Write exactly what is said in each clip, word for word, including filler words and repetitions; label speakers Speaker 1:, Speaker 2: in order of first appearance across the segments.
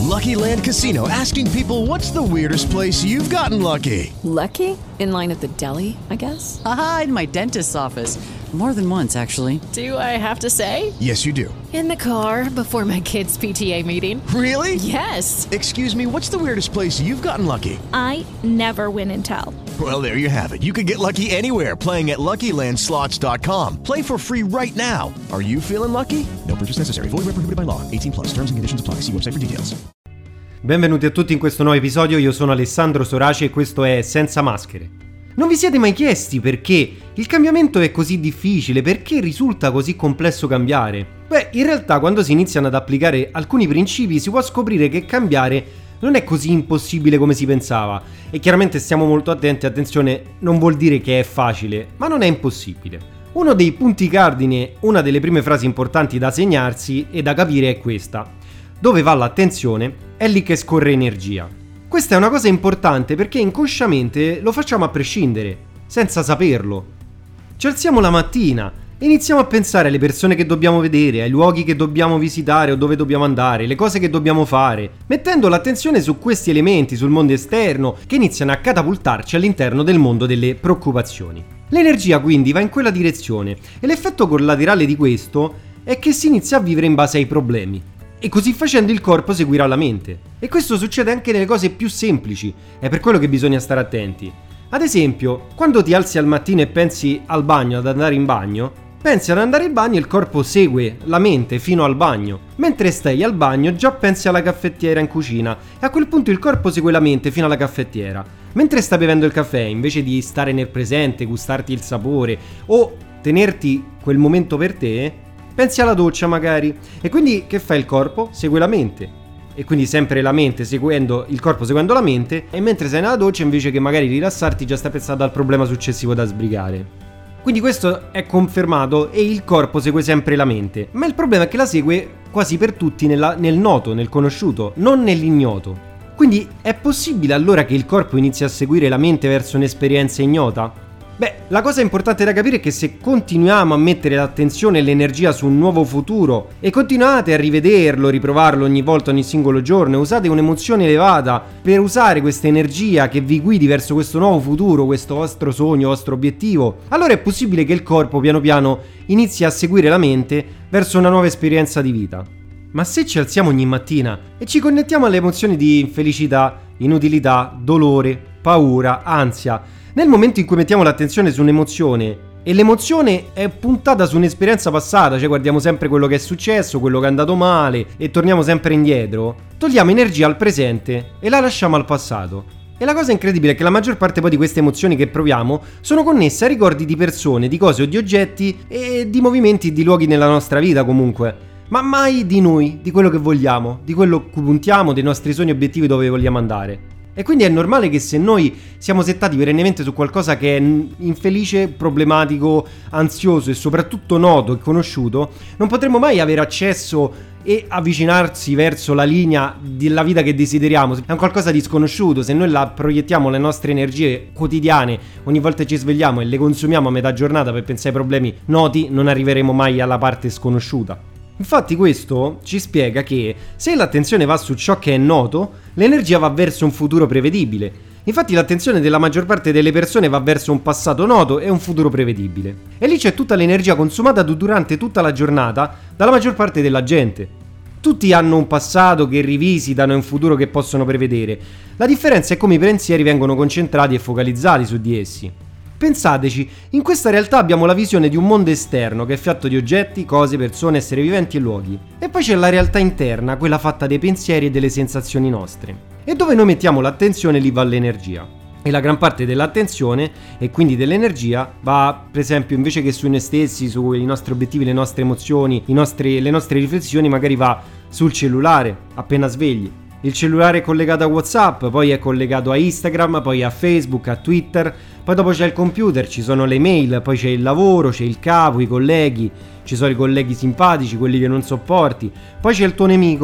Speaker 1: Lucky Land Casino, asking people, what's the weirdest place you've gotten lucky?
Speaker 2: Lucky? In line at the deli, I guess?
Speaker 3: Aha, in my dentist's office. More than once, actually.
Speaker 2: Do I have to say?
Speaker 1: Yes, you do.
Speaker 2: In the car before my kids' P T A meeting.
Speaker 1: Really?
Speaker 2: Yes.
Speaker 1: Excuse me, what's the weirdest place you've gotten lucky?
Speaker 4: I never win and tell.
Speaker 1: Well, there you have it. You can get lucky anywhere, playing at Lucky Land Slots dot com. Play for free right now. Are you feeling lucky? No purchase necessary. Void where prohibited by law. eighteen plus. Terms and conditions apply. See website for details.
Speaker 5: Benvenuti a tutti in questo nuovo episodio. Io sono Alessandro Soraci e questo è Senza Maschere. Non vi siete mai chiesti perché il cambiamento è così difficile? Perché risulta così complesso cambiare? Beh, in realtà quando si iniziano ad applicare alcuni principi si può scoprire che cambiare non è così impossibile come si pensava. E chiaramente stiamo molto attenti, attenzione, non vuol dire che è facile, ma non è impossibile. Uno dei punti cardine, una delle prime frasi importanti da segnarsi e da capire è questa: dove va l'attenzione è lì che scorre energia. Questa è una cosa importante perché inconsciamente lo facciamo a prescindere, senza saperlo. Ci alziamo la mattina e iniziamo a pensare alle persone che dobbiamo vedere, ai luoghi che dobbiamo visitare o dove dobbiamo andare, le cose che dobbiamo fare, mettendo l'attenzione su questi elementi, sul mondo esterno, che iniziano a catapultarci all'interno del mondo delle preoccupazioni. L'energia quindi va in quella direzione e l'effetto collaterale di questo è che si inizia a vivere in base ai problemi. E così facendo il corpo seguirà la mente. E questo succede anche nelle cose più semplici, è per quello che bisogna stare attenti. Ad esempio, quando ti alzi al mattino e pensi al bagno, ad andare in bagno, pensi ad andare in bagno e il corpo segue la mente fino al bagno. Mentre stai al bagno già pensi alla caffettiera in cucina e a quel punto il corpo segue la mente fino alla caffettiera. Mentre stai bevendo il caffè, invece di stare nel presente, gustarti il sapore o tenerti quel momento per te, pensi alla doccia magari. E quindi che fa il corpo? Segue la mente. E quindi sempre la mente seguendo, il corpo seguendo la mente, e mentre sei nella doccia invece che magari rilassarti già stai pensando al problema successivo da sbrigare. Quindi questo è confermato e il corpo segue sempre la mente. Ma il problema è che la segue quasi per tutti nella, nel noto, nel conosciuto, non nell'ignoto. Quindi è possibile allora che il corpo inizi a seguire la mente verso un'esperienza ignota? Beh, la cosa importante da capire è che se continuiamo a mettere l'attenzione e l'energia su un nuovo futuro e continuate a rivederlo, riprovarlo ogni volta, ogni singolo giorno, e usate un'emozione elevata per usare questa energia che vi guidi verso questo nuovo futuro, questo vostro sogno, vostro obiettivo, allora è possibile che il corpo piano piano inizi a seguire la mente verso una nuova esperienza di vita. Ma se ci alziamo ogni mattina e ci connettiamo alle emozioni di infelicità, inutilità, dolore, paura, ansia, nel momento in cui mettiamo l'attenzione su un'emozione e l'emozione è puntata su un'esperienza passata, cioè guardiamo sempre quello che è successo, quello che è andato male e torniamo sempre indietro, togliamo energia al presente e la lasciamo al passato. E la cosa incredibile è che la maggior parte poi di queste emozioni che proviamo sono connesse a ricordi di persone, di cose o di oggetti e di movimenti e di luoghi nella nostra vita comunque, ma mai di noi, di quello che vogliamo, di quello a cui puntiamo, dei nostri sogni e obiettivi dove vogliamo andare. E quindi è normale che se noi siamo settati perennemente su qualcosa che è infelice, problematico, ansioso e soprattutto noto e conosciuto, non potremo mai avere accesso e avvicinarsi verso la linea della vita che desideriamo. È un qualcosa di sconosciuto. Se noi la proiettiamo le nostre energie quotidiane, ogni volta ci svegliamo e le consumiamo a metà giornata per pensare ai problemi noti, non arriveremo mai alla parte sconosciuta. Infatti questo ci spiega che se l'attenzione va su ciò che è noto, l'energia va verso un futuro prevedibile. Infatti l'attenzione della maggior parte delle persone va verso un passato noto e un futuro prevedibile. E lì c'è tutta l'energia consumata durante tutta la giornata dalla maggior parte della gente. Tutti hanno un passato che rivisitano e un futuro che possono prevedere. La differenza è come i pensieri vengono concentrati e focalizzati su di essi. Pensateci, in questa realtà abbiamo la visione di un mondo esterno che è fatto di oggetti, cose, persone, esseri viventi e luoghi. E poi c'è la realtà interna, quella fatta dei pensieri e delle sensazioni nostre. E dove noi mettiamo l'attenzione lì va l'energia. E la gran parte dell'attenzione e quindi dell'energia va, per esempio, invece che su noi stessi, sui nostri obiettivi, le nostre emozioni, i nostri, le nostre riflessioni, magari va sul cellulare, appena svegli. Il cellulare è collegato a WhatsApp, poi è collegato a Instagram, poi a Facebook, a Twitter, poi dopo c'è il computer, ci sono le mail, poi c'è il lavoro, c'è il capo, i colleghi, ci sono i colleghi simpatici, quelli che non sopporti, poi c'è il tuo nemico,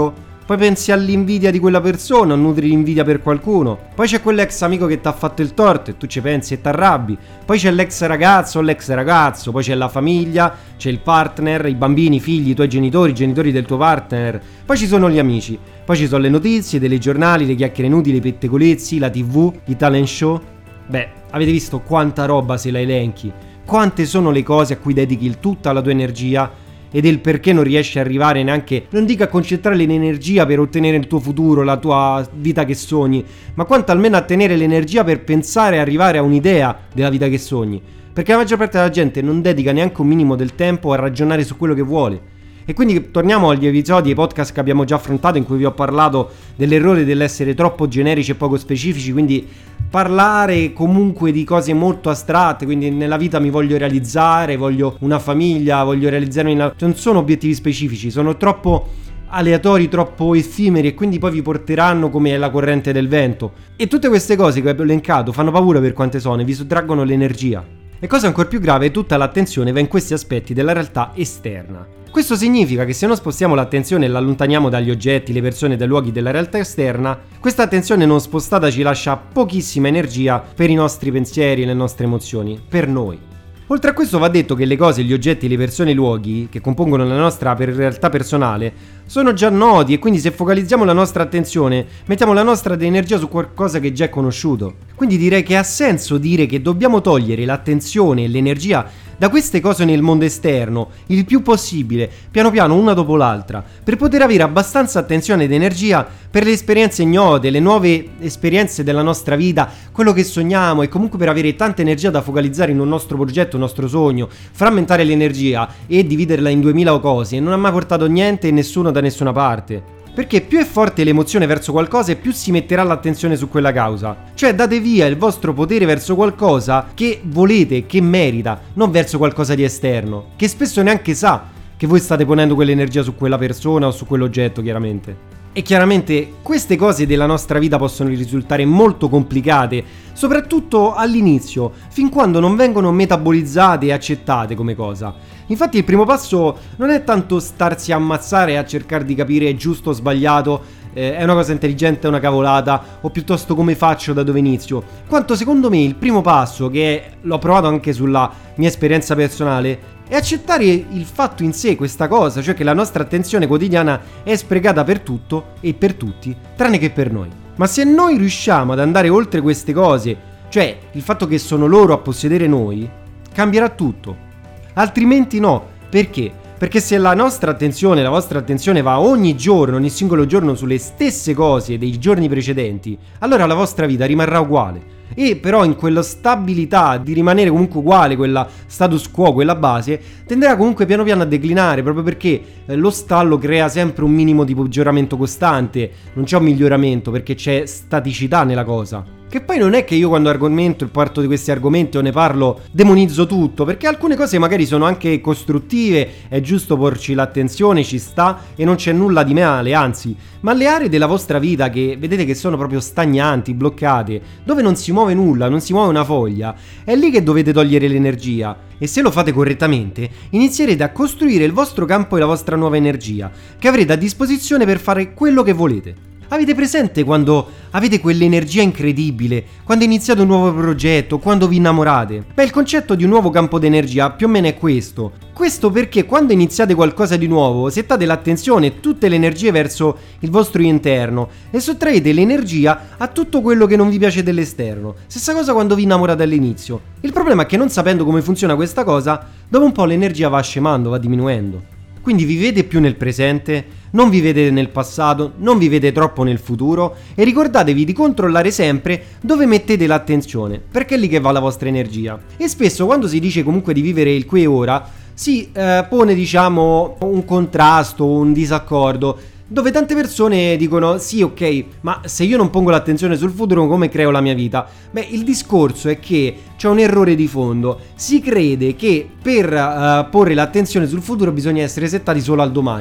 Speaker 5: poi pensi all'invidia di quella persona, nutri l'invidia per qualcuno, poi c'è quell'ex amico che ti ha fatto il torto e tu ci pensi e ti arrabbi, poi c'è l'ex ragazzo o l'ex ragazzo, poi c'è la famiglia, c'è il partner, i bambini, i figli, i tuoi genitori, i genitori del tuo partner, poi ci sono gli amici, poi ci sono le notizie, i telegiornali, le chiacchiere inutili, i pettegolezzi, la tv, i talent show. Beh, avete visto quanta roba se la elenchi, quante sono le cose a cui dedichi tutta la tua energia e del perché non riesci a arrivare neanche, non dico a concentrare l'energia per ottenere il tuo futuro, la tua vita che sogni, ma quanto almeno a tenere l'energia per pensare e arrivare a un'idea della vita che sogni, perché la maggior parte della gente non dedica neanche un minimo del tempo a ragionare su quello che vuole. E quindi torniamo agli episodi e ai podcast che abbiamo già affrontato in cui vi ho parlato dell'errore dell'essere troppo generici e poco specifici, quindi parlare comunque di cose molto astratte, quindi nella vita mi voglio realizzare, voglio una famiglia, voglio realizzarmi una... non sono obiettivi specifici, sono troppo aleatori, troppo effimeri e quindi poi vi porteranno come la corrente del vento. E tutte queste cose che ho elencato fanno paura per quante sono e vi sottraggono l'energia. E cosa ancora più grave, tutta l'attenzione va in questi aspetti della realtà esterna. Questo significa che se non spostiamo l'attenzione e l'allontaniamo dagli oggetti, le persone, dai luoghi della realtà esterna, questa attenzione non spostata ci lascia pochissima energia per i nostri pensieri e le nostre emozioni, per noi. Oltre a questo va detto che le cose, gli oggetti, le persone e i luoghi che compongono la nostra realtà personale sono già noti e quindi se focalizziamo la nostra attenzione mettiamo la nostra energia su qualcosa che già è conosciuto. Quindi direi che ha senso dire che dobbiamo togliere l'attenzione e l'energia da queste cose nel mondo esterno il più possibile, piano piano una dopo l'altra, per poter avere abbastanza attenzione ed energia per le esperienze ignote, le nuove esperienze della nostra vita, quello che sogniamo e comunque per avere tanta energia da focalizzare in un nostro progetto, un nostro sogno, frammentare l'energia e dividerla in duemila cose non ha mai portato niente e nessuno da nessuna parte. Perché più è forte l'emozione verso qualcosa e più si metterà l'attenzione su quella causa. Cioè date via il vostro potere verso qualcosa che volete, che merita, non verso qualcosa di esterno, che spesso neanche sa che voi state ponendo quell'energia su quella persona o su quell'oggetto, chiaramente. E chiaramente queste cose della nostra vita possono risultare molto complicate, soprattutto all'inizio, fin quando non vengono metabolizzate e accettate come cosa. Infatti il primo passo non è tanto starsi a ammazzare e a cercare di capire è giusto o sbagliato, eh, è una cosa intelligente o una cavolata, o piuttosto come faccio, da dove inizio, quanto secondo me il primo passo, che l'ho provato anche sulla mia esperienza personale, è accettare il fatto in sé, questa cosa, cioè che la nostra attenzione quotidiana è sprecata per tutto e per tutti, tranne che per noi. Ma se noi riusciamo ad andare oltre queste cose, cioè il fatto che sono loro a possedere noi, cambierà tutto. Altrimenti no. Perché? Perché se la nostra attenzione, la vostra attenzione va ogni giorno, ogni singolo giorno sulle stesse cose dei giorni precedenti, allora la vostra vita rimarrà uguale. E però in quella stabilità di rimanere comunque uguale, quella status quo, quella base, tenderà comunque piano piano a declinare, proprio perché eh, lo stallo crea sempre un minimo di peggioramento costante, non c'è un miglioramento perché c'è staticità nella cosa. Che poi non è che io quando argomento e parto di questi argomenti o ne parlo demonizzo tutto, perché alcune cose magari sono anche costruttive, è giusto porci l'attenzione, ci sta e non c'è nulla di male, anzi, ma le aree della vostra vita che vedete che sono proprio stagnanti, bloccate, dove non si muove nulla, non si muove una foglia, è lì che dovete togliere l'energia. E se lo fate correttamente, inizierete a costruire il vostro campo e la vostra nuova energia, che avrete a disposizione per fare quello che volete. Avete presente quando avete quell'energia incredibile, quando iniziate un nuovo progetto, quando vi innamorate? Beh, il concetto di un nuovo campo d'energia più o meno è questo. Questo perché quando iniziate qualcosa di nuovo, settate l'attenzione e tutte le energie verso il vostro interno e sottraete l'energia a tutto quello che non vi piace dell'esterno. Stessa cosa quando vi innamorate all'inizio. Il problema è che non sapendo come funziona questa cosa, dopo un po' l'energia va scemando, va diminuendo. Quindi vivete più nel presente, non vivete nel passato, non vivete troppo nel futuro e ricordatevi di controllare sempre dove mettete l'attenzione, perché è lì che va la vostra energia. E spesso quando si dice comunque di vivere il qui e ora, si eh, pone diciamo un contrasto, un disaccordo, dove tante persone dicono sì, ok, ma se io non pongo l'attenzione sul futuro come creo la mia vita? Beh, il discorso è che c'è un errore di fondo. Si crede che per uh, porre l'attenzione sul futuro bisogna essere settati solo al domani,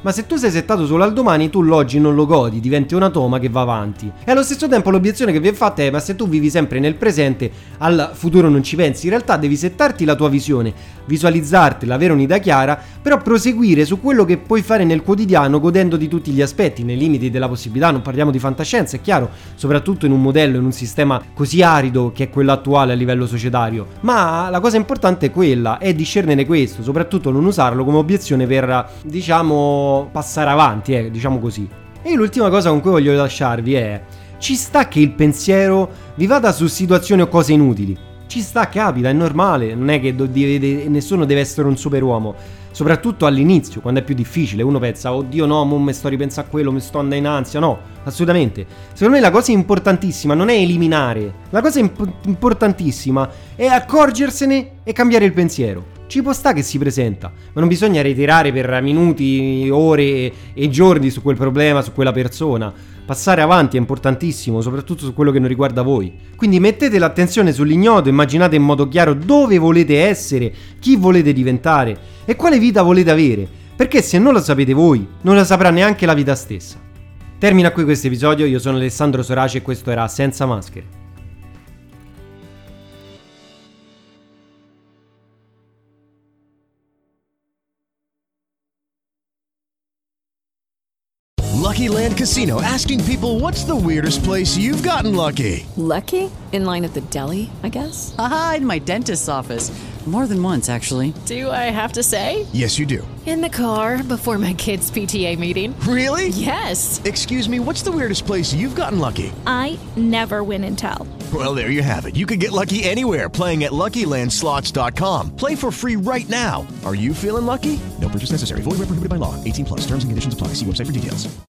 Speaker 5: Ma se tu sei settato solo al domani, tu l'oggi non lo godi, diventi un automa che va avanti. E allo stesso tempo l'obiezione che vi è fatta è: ma se tu vivi sempre nel presente, al futuro non ci pensi. In realtà devi settarti la tua visione, visualizzartela, avere un'idea chiara, però proseguire su quello che puoi fare nel quotidiano, godendo di tutti gli aspetti, nei limiti della possibilità. Non parliamo di fantascienza, è chiaro, soprattutto in un modello, in un sistema così arido che è quello attuale a livello societario. Ma la cosa importante è quella, è discernere questo, soprattutto non usarlo come obiezione per, diciamo, passare avanti, eh, diciamo così. E l'ultima cosa con cui voglio lasciarvi è: ci sta che il pensiero vi vada su situazioni o cose inutili. Ci sta, capita, è normale, non è che do- deve, nessuno deve essere un superuomo, soprattutto all'inizio, quando è più difficile. Uno pensa: oddio no, mo mi sto ripensando a quello, mi sto andando in ansia. No, assolutamente. Secondo me la cosa importantissima non è eliminare, la cosa imp- importantissima è accorgersene e cambiare il pensiero. Ci può sta che si presenta, ma non bisogna ritirare per minuti, ore e giorni su quel problema, su quella persona. Passare avanti è importantissimo, soprattutto su quello che non riguarda voi. Quindi mettete l'attenzione sull'ignoto, immaginate in modo chiaro dove volete essere, chi volete diventare e quale vita volete avere, perché se non lo sapete voi, non la saprà neanche la vita stessa. Termina qui questo episodio, io sono Alessandro Sorace e questo era Senza Maschere.
Speaker 1: Lucky Land Casino, asking people, what's the weirdest place you've gotten lucky?
Speaker 2: Lucky? In line at the deli, I guess?
Speaker 3: Aha, in my dentist's office. More than once, actually.
Speaker 2: Do I have to say?
Speaker 1: Yes, you do.
Speaker 2: In the car before my kids' P T A meeting.
Speaker 1: Really?
Speaker 2: Yes.
Speaker 1: Excuse me, what's the weirdest place you've gotten lucky?
Speaker 4: I never win and tell.
Speaker 1: Well, there you have it. You can get lucky anywhere, playing at Lucky Land Slots dot com. Play for free right now. Are you feeling lucky? No purchase necessary. Void where prohibited by law. eighteen plus. Terms and conditions apply. See website for details.